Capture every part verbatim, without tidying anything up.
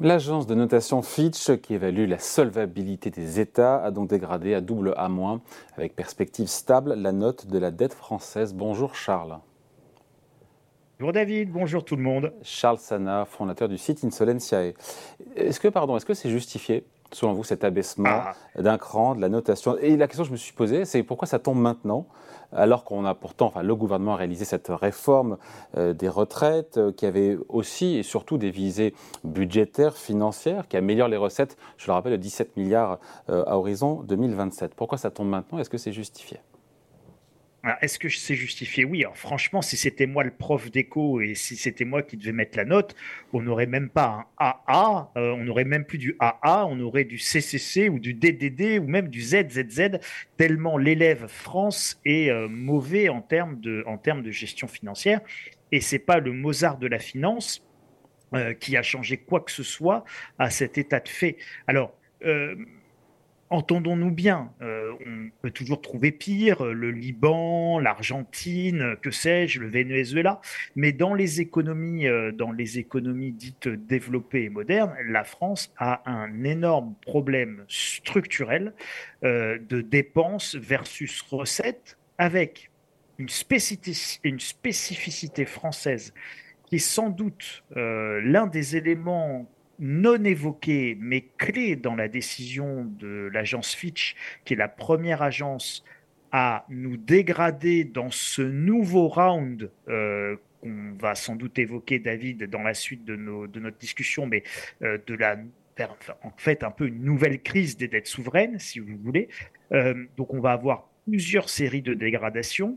L'agence de notation Fitch, qui évalue la solvabilité des États, a donc dégradé à double A-, avec perspective stable, la note de la dette française. Bonjour Charles. Bonjour David, bonjour tout le monde. Charles Sana, fondateur du site Insolentiae. Est-ce que, pardon, est-ce que c'est justifié, selon vous, cet abaissement Ah, d'un cran de la notation? Et la question que je me suis posée, c'est pourquoi ça tombe maintenant, alors qu'on a pourtant, enfin, le gouvernement a réalisé cette réforme euh, des retraites, euh, qui avait aussi et surtout des visées budgétaires, financières, qui améliorent les recettes, je le rappelle, de dix-sept milliards euh, à horizon deux mille vingt-sept. Pourquoi ça tombe maintenant? Est-ce que c'est justifié? alors, est-ce que c'est justifié? Oui. Alors, franchement, si c'était moi le prof d'éco et si c'était moi qui devais mettre la note, on n'aurait même pas un A A, euh, on n'aurait même plus du A A, on aurait du C C C ou du D D D ou même du Z Z Z, tellement l'élève France est euh, mauvais en termes de, en termes de gestion financière. Et c'est pas le Mozart de la finance euh, qui a changé quoi que ce soit à cet état de fait. Alors, euh, entendons-nous bien, euh, on peut toujours trouver pire, le Liban, l'Argentine, que sais-je, le Venezuela, mais dans les économies, euh, dans les économies dites développées et modernes, la France a un énorme problème structurel euh, de dépenses versus recettes, avec une spécificité, une spécificité française qui est sans doute euh, l'un des éléments non évoqués, mais clés dans la décision de l'agence Fitch, qui est la première agence à nous dégrader dans ce nouveau round euh, qu'on va sans doute évoquer, David, dans la suite de, nos, de notre discussion, mais euh, de la en fait un peu une nouvelle crise des dettes souveraines, si vous voulez. Euh, donc on va avoir plusieurs séries de dégradations.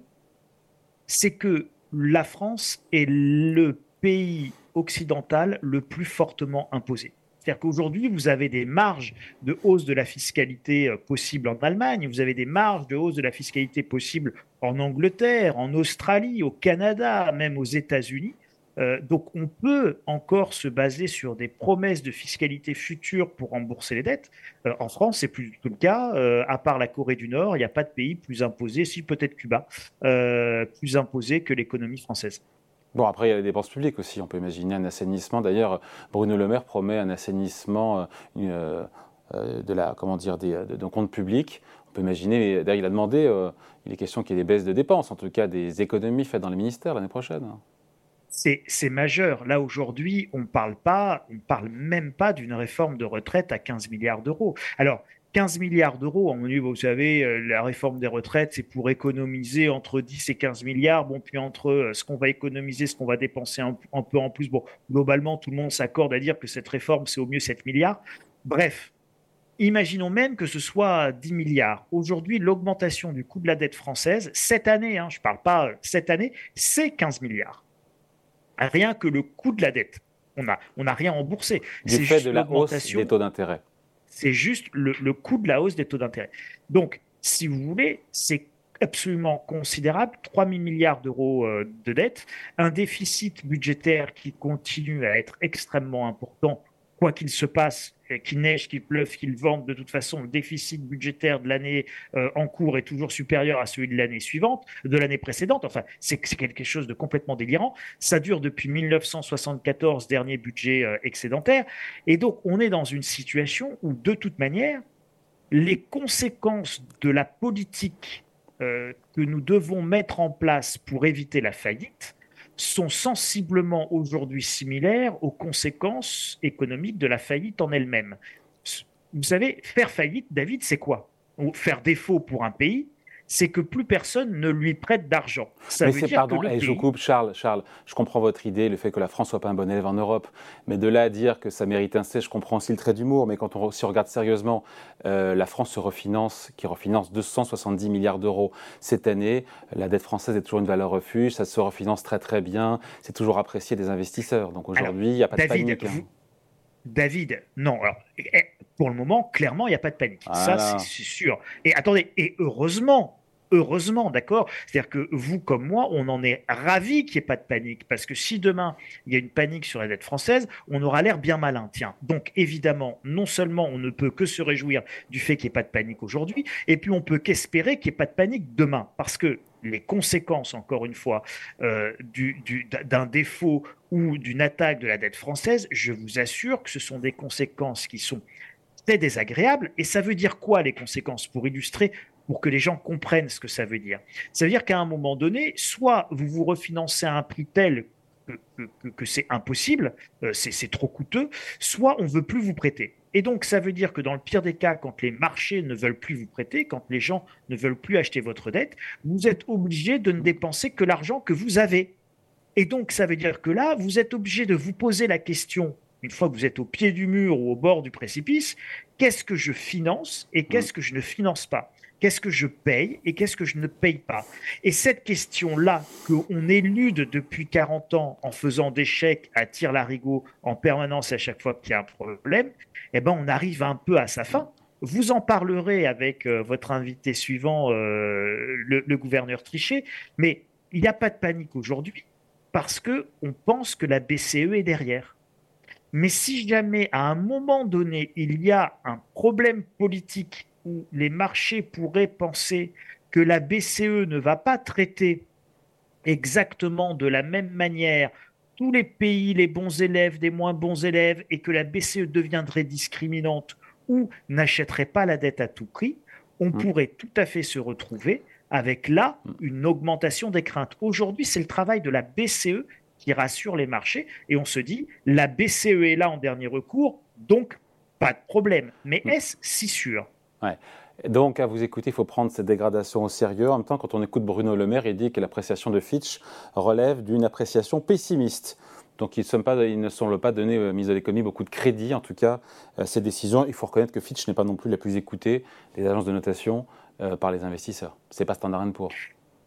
C'est que la France est le pays occidental le plus fortement imposé. C'est-à-dire qu'aujourd'hui, vous avez des marges de hausse de la fiscalité euh, possible en Allemagne, vous avez des marges de hausse de la fiscalité possible en Angleterre, en Australie, au Canada, même aux États-Unis. Euh, donc, on peut encore se baser sur des promesses de fiscalité future pour rembourser les dettes. Euh, en France, c'est plus du tout le cas. Euh, à part la Corée du Nord, il n'y a pas de pays plus imposé, si peut-être Cuba, euh, plus imposé que l'économie française. Bon, après, il y a les dépenses publiques aussi. On peut imaginer un assainissement. D'ailleurs, Bruno Le Maire promet un assainissement euh, euh, euh, de la, comment dire, des, de, de comptes publics. On peut imaginer, d'ailleurs, il a demandé, euh, il est question qu'il y ait des baisses de dépenses, en tout cas des économies faites dans les ministères l'année prochaine. C'est, c'est majeur. Là, aujourd'hui, on parle pas, on parle même pas d'une réforme de retraite à quinze milliards d'euros. Alors, quinze milliards d'euros, on dit, vous savez, euh, la réforme des retraites, c'est pour économiser entre dix et quinze milliards. Bon, puis entre euh, ce qu'on va économiser, ce qu'on va dépenser un, un peu en plus, bon, globalement, tout le monde s'accorde à dire que cette réforme, c'est au mieux sept milliards. Bref, imaginons même que ce soit dix milliards. Aujourd'hui, l'augmentation du coût de la dette française, cette année, hein, je ne parle pas euh, cette année, c'est quinze milliards. Rien que le coût de la dette. On n'a on a rien remboursé. Du C'est fait de juste la hausse des l'augmentation, taux d'intérêt. c'est juste le, le coût de la hausse des taux d'intérêt. Donc, si vous voulez, c'est absolument considérable, trois mille milliards d'euros euh, de dette, un déficit budgétaire qui continue à être extrêmement important, quoi qu'il se passe, qu'il neige, qu'il pleuve, qu'il vente, de toute façon, le déficit budgétaire de l'année euh, en cours est toujours supérieur à celui de l'année suivante, de l'année précédente. Enfin, c'est c'est quelque chose de complètement délirant. Ça dure depuis mille neuf cent soixante-quatorze, dernier budget euh, excédentaire. Et donc, on est dans une situation où, de toute manière, les conséquences de la politique euh, que nous devons mettre en place pour éviter la faillite sont sensiblement aujourd'hui similaires aux conséquences économiques de la faillite en elle-même. Vous savez, faire faillite, David, c'est quoi? Ou faire défaut pour un pays, c'est que plus personne ne lui prête d'argent. Ça Mais veut c'est, dire que pardon, le et je vous pays, coupe, Charles, Charles, je comprends votre idée, le fait que la France soit pas un bon élève en Europe, mais de là à dire que ça mérite un C, je comprends aussi le trait d'humour, mais quand on, si on regarde sérieusement, euh, la France se refinance, qui refinance deux cent soixante-dix milliards d'euros cette année, la dette française est toujours une valeur refuge, ça se refinance très très bien, c'est toujours apprécié des investisseurs, donc alors, aujourd'hui, il n'y a pas de David, panique. Hein. vous, David, non. Alors, eh, pour le moment, clairement, il n'y a pas de panique. Ça, c'est Voilà. c'est sûr. Et attendez, et heureusement, heureusement, d'accord? C'est-à-dire que vous, comme moi, on en est ravis qu'il n'y ait pas de panique. Parce que si demain, il y a une panique sur la dette française, on aura l'air bien malin. Tiens, donc évidemment, non seulement on ne peut que se réjouir du fait qu'il n'y ait pas de panique aujourd'hui, et puis on peut qu'espérer qu'il n'y ait pas de panique demain. Parce que les conséquences, encore une fois, euh, du, du, d'un défaut ou d'une attaque de la dette française, je vous assure que ce sont des conséquences qui sont très désagréables. Et ça veut dire quoi, les conséquences? Pour illustrer, pour que les gens comprennent ce que ça veut dire. Ça veut dire qu'à un moment donné, soit vous vous refinancez à un prix tel que, que, que c'est impossible, euh, c'est, c'est trop coûteux, soit on ne veut plus vous prêter. Et donc, ça veut dire que dans le pire des cas, quand les marchés ne veulent plus vous prêter, quand les gens ne veulent plus acheter votre dette, vous êtes obligé de ne dépenser que l'argent que vous avez. Et donc, ça veut dire que là, vous êtes obligé de vous poser la question, une fois que vous êtes au pied du mur ou au bord du précipice, qu'est-ce que je finance et qu'est-ce que je ne finance pas? Qu'est-ce que je paye et qu'est-ce que je ne paye pas? Et cette question-là, qu'on élude depuis quarante ans en faisant des chèques à tire-larigot en permanence à chaque fois qu'il y a un problème, eh ben, on arrive un peu à sa fin. Vous en parlerez avec euh, votre invité suivant, euh, le, le gouverneur Trichet, mais il n'y a pas de panique aujourd'hui parce qu'on pense que la B C E est derrière. Mais si jamais à un moment donné, il y a un problème politique où les marchés pourraient penser que la B C E ne va pas traiter exactement de la même manière tous les pays, les bons élèves, des moins bons élèves, et que la B C E deviendrait discriminante ou n'achèterait pas la dette à tout prix, on Mmh. pourrait tout à fait se retrouver avec là une augmentation des craintes. Aujourd'hui, c'est le travail de la B C E qui rassure les marchés et on se dit la B C E est là en dernier recours, donc pas de problème. Mais est-ce si sûr? Ouais. Donc, à vous écouter, il faut prendre cette dégradation au sérieux. En même temps, quand on écoute Bruno Le Maire, il dit que l'appréciation de Fitch relève d'une appréciation pessimiste. Donc, ils ne, sont pas, ils ne semblent pas donner, euh, mise à l'économie, beaucoup de crédit, en tout cas, à ces décisions. Il faut reconnaître que Fitch n'est pas non plus la plus écoutée des agences de notation euh, par les investisseurs. Ce n'est pas Standard and Poor's.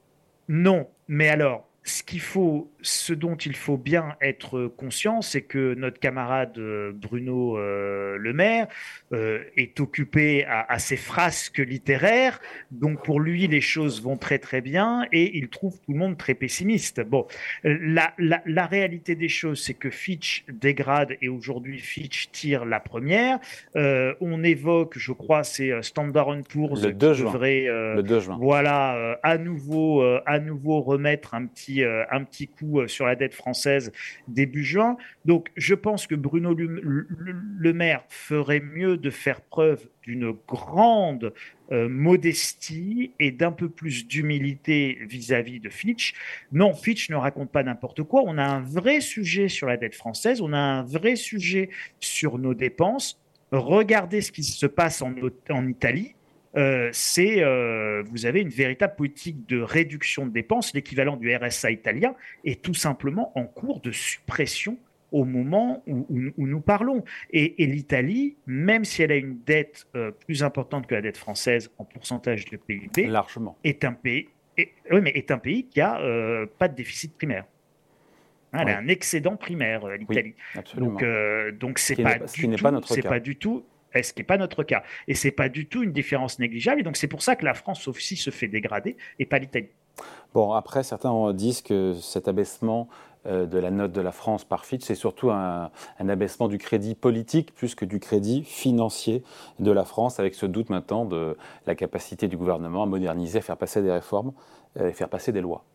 Non, mais alors, ce qu'il faut, ce dont il faut bien être conscient, c'est que notre camarade euh, Bruno euh, Le Maire euh, est occupé à, à ses frasques littéraires, donc pour lui les choses vont très très bien et il trouve tout le monde très pessimiste. Bon, la, la, la réalité des choses, c'est que Fitch dégrade et aujourd'hui Fitch tire la première. Euh, on évoque, je crois, c'est Standard and Poor's Le qui deux juin. devrait, euh, Le deux juin. voilà, euh, à nouveau, euh, à nouveau remettre un petit, euh, un petit coup euh, sur la dette française début juin. Donc, je pense que Bruno Le, Le, Le Maire ferait mieux de faire preuve d'une grande euh, modestie et d'un peu plus d'humilité vis-à-vis de Fitch. Non, Fitch ne raconte pas n'importe quoi. On a un vrai sujet sur la dette française, on a un vrai sujet sur nos dépenses. Regardez ce qui se passe en, en Italie. Euh, c'est, euh, vous avez une véritable politique de réduction de dépenses, l'équivalent du R S A italien est tout simplement en cours de suppression au moment où, où, où nous parlons. Et, et l'Italie, même si elle a une dette euh, plus importante que la dette française en pourcentage de P I B, largement, est un pays, est, oui, mais est un pays qui a euh, pas de déficit primaire. Hein, elle oui. a un excédent primaire, euh, l'Italie. Oui, absolument. Donc, euh, donc c'est ce pas, pas, du tout, pas notre c'est cas. pas du tout. Ce qui n'est pas notre cas. Et ce n'est pas du tout une différence négligeable. Et donc, c'est pour ça que la France aussi se fait dégrader et pas l'Italie. Bon, après, certains disent que cet abaissement euh, de la note de la France par Fitch, c'est surtout un, un abaissement du crédit politique plus que du crédit financier de la France, avec ce doute maintenant de la capacité du gouvernement à moderniser, à faire passer des réformes euh, et faire passer des lois.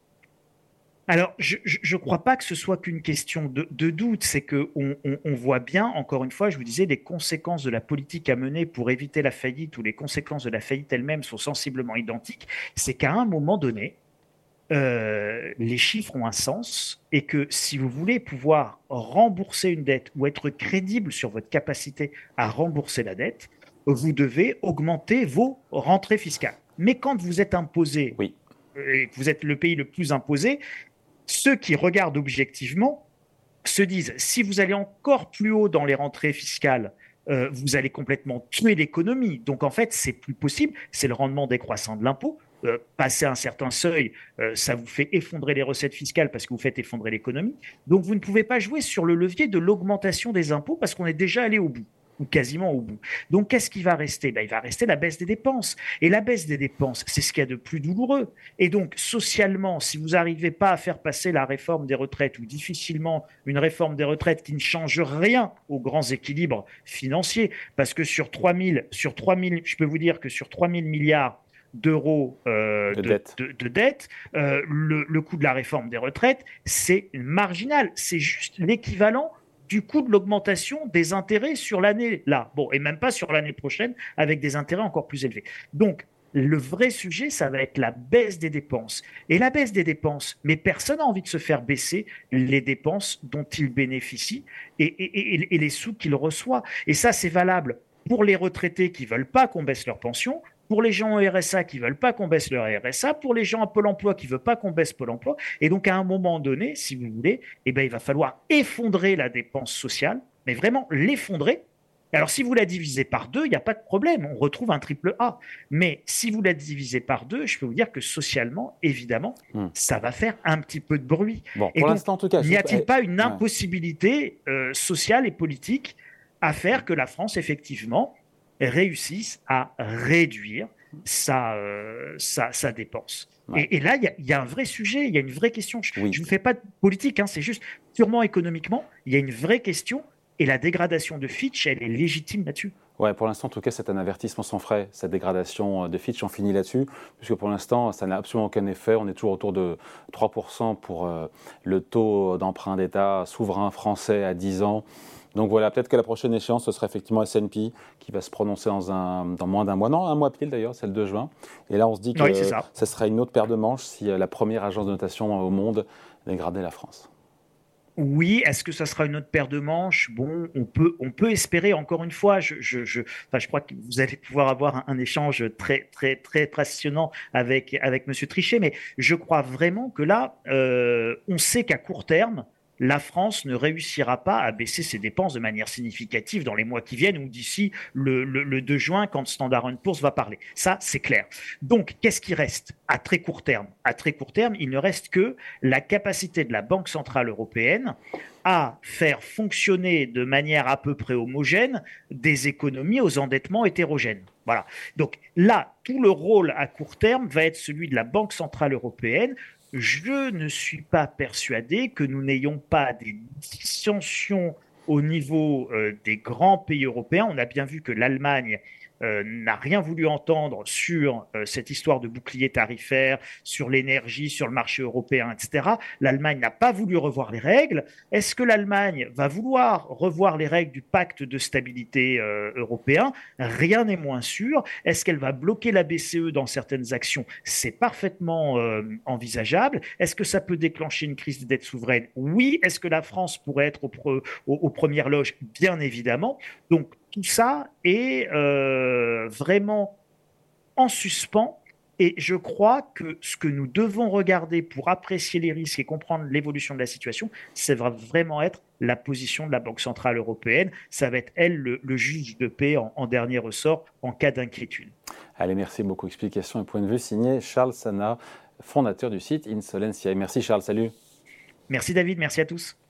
Alors, je ne crois pas que ce soit qu'une question de, de doute, c'est qu'on on, on voit bien, encore une fois, je vous disais, les conséquences de la politique à mener pour éviter la faillite ou les conséquences de la faillite elle-même sont sensiblement identiques, c'est qu'à un moment donné, euh, les chiffres ont un sens et que si vous voulez pouvoir rembourser une dette ou être crédible sur votre capacité à rembourser la dette, vous devez augmenter vos rentrées fiscales. Mais quand vous êtes imposé, oui. et que vous êtes le pays le plus imposé, ceux qui regardent objectivement se disent, si vous allez encore plus haut dans les rentrées fiscales, euh, vous allez complètement tuer l'économie. Donc en fait, c'est plus possible. C'est le rendement décroissant de l'impôt. Euh, passer un certain seuil, euh, ça vous fait effondrer les recettes fiscales parce que vous faites effondrer l'économie. Donc vous ne pouvez pas jouer sur le levier de l'augmentation des impôts parce qu'on est déjà allé au bout, ou quasiment au bout. Donc, qu'est-ce qui va rester? Ben, il va rester la baisse des dépenses. Et la baisse des dépenses, c'est ce qu'il y a de plus douloureux. Et donc, socialement, si vous n'arrivez pas à faire passer la réforme des retraites, ou difficilement une réforme des retraites qui ne change rien aux grands équilibres financiers, parce que sur trois mille, sur trois mille, je peux vous dire que sur trois mille milliards d'euros euh, de, de, dette. de, de dette. Euh, le, le coût de la réforme des retraites, c'est marginal. C'est juste l'équivalent du coût de l'augmentation des intérêts sur l'année là. Bon, et même pas sur l'année prochaine avec des intérêts encore plus élevés. Donc, le vrai sujet, ça va être la baisse des dépenses. Et la baisse des dépenses, mais personne n'a envie de se faire baisser les dépenses dont il bénéficie et, et, et, et les sous qu'il reçoit. Et ça, c'est valable pour les retraités qui ne veulent pas qu'on baisse leur pension, pour les gens au R S A qui ne veulent pas qu'on baisse leur R S A, pour les gens à Pôle emploi qui ne veulent pas qu'on baisse Pôle emploi. Et donc, à un moment donné, si vous voulez, eh ben, il va falloir effondrer la dépense sociale, mais vraiment l'effondrer. Alors, si vous la divisez par deux, il n'y a pas de problème, on retrouve un triple A. Mais si vous la divisez par deux, je peux vous dire que socialement, évidemment, hmm. ça va faire un petit peu de bruit. Bon, et pour donc, l'instant, en tout cas, n'y a-t-il je... pas une ouais. impossibilité euh, sociale et politique à faire que la France, effectivement, réussisse à réduire sa, euh, sa, sa dépense. Ouais. Et, et là, il y, y a un vrai sujet, il y a une vraie question. Je oui. ne fais pas de politique, hein, c'est juste purement économiquement, il y a une vraie question. Et la dégradation de Fitch, elle est légitime là-dessus. Ouais, pour l'instant, en tout cas, c'est un avertissement sans frais, cette dégradation de Fitch. On finit là-dessus, puisque pour l'instant, ça n'a absolument aucun effet. On est toujours autour de trois pour cent pour euh, le taux d'emprunt d'État souverain français à dix ans. Donc voilà, peut-être que la prochaine échéance, ce sera effectivement S and P qui va se prononcer dans, un, dans moins d'un mois. Non, un mois pile d'ailleurs, c'est le deux juin. Et là, on se dit que oui, ça. ça sera une autre paire de manches si la première agence de notation au monde dégradait la France. Oui, est-ce que ça sera une autre paire de manches? Bon, on peut, on peut espérer. Encore une fois, je, je, je, enfin, je crois que vous allez pouvoir avoir un, un échange très, très, très passionnant avec avec Monsieur Trichet, mais je crois vraiment que là, euh, on sait qu'à court terme, la France ne réussira pas à baisser ses dépenses de manière significative dans les mois qui viennent ou d'ici le, le, le deux juin quand Standard and Poor's va parler. Ça, c'est clair. Donc, qu'est-ce qui reste à très court terme? À très court terme, il ne reste que la capacité de la Banque centrale européenne à faire fonctionner de manière à peu près homogène des économies aux endettements hétérogènes. Voilà. Donc là, tout le rôle à court terme va être celui de la Banque centrale européenne. Je ne suis pas persuadé que nous n'ayons pas des dissensions au niveau euh, des grands pays européens. On a bien vu que l'Allemagne euh, n'a rien voulu entendre sur euh, cette histoire de bouclier tarifaire, sur l'énergie, sur le marché européen, et cetera. L'Allemagne n'a pas voulu revoir les règles. Est-ce que l'Allemagne va vouloir revoir les règles du pacte de stabilité euh, européen? Rien n'est moins sûr. Est-ce qu'elle va bloquer la B C E dans certaines actions? C'est parfaitement euh, envisageable. Est-ce que ça peut déclencher une crise de dette souveraine? Oui. Est-ce que la France pourrait être au pre, au, aux premières loges? Bien évidemment. Donc, tout ça est euh, vraiment en suspens et je crois que ce que nous devons regarder pour apprécier les risques et comprendre l'évolution de la situation, ça va vraiment être la position de la Banque centrale européenne. Ça va être, elle, le, le juge de paix en, en dernier ressort en cas d'inquiétude. Allez, merci beaucoup. Explication et point de vue signé Charles Sana, fondateur du site Insolentsia. Merci Charles, salut. Merci David, merci à tous.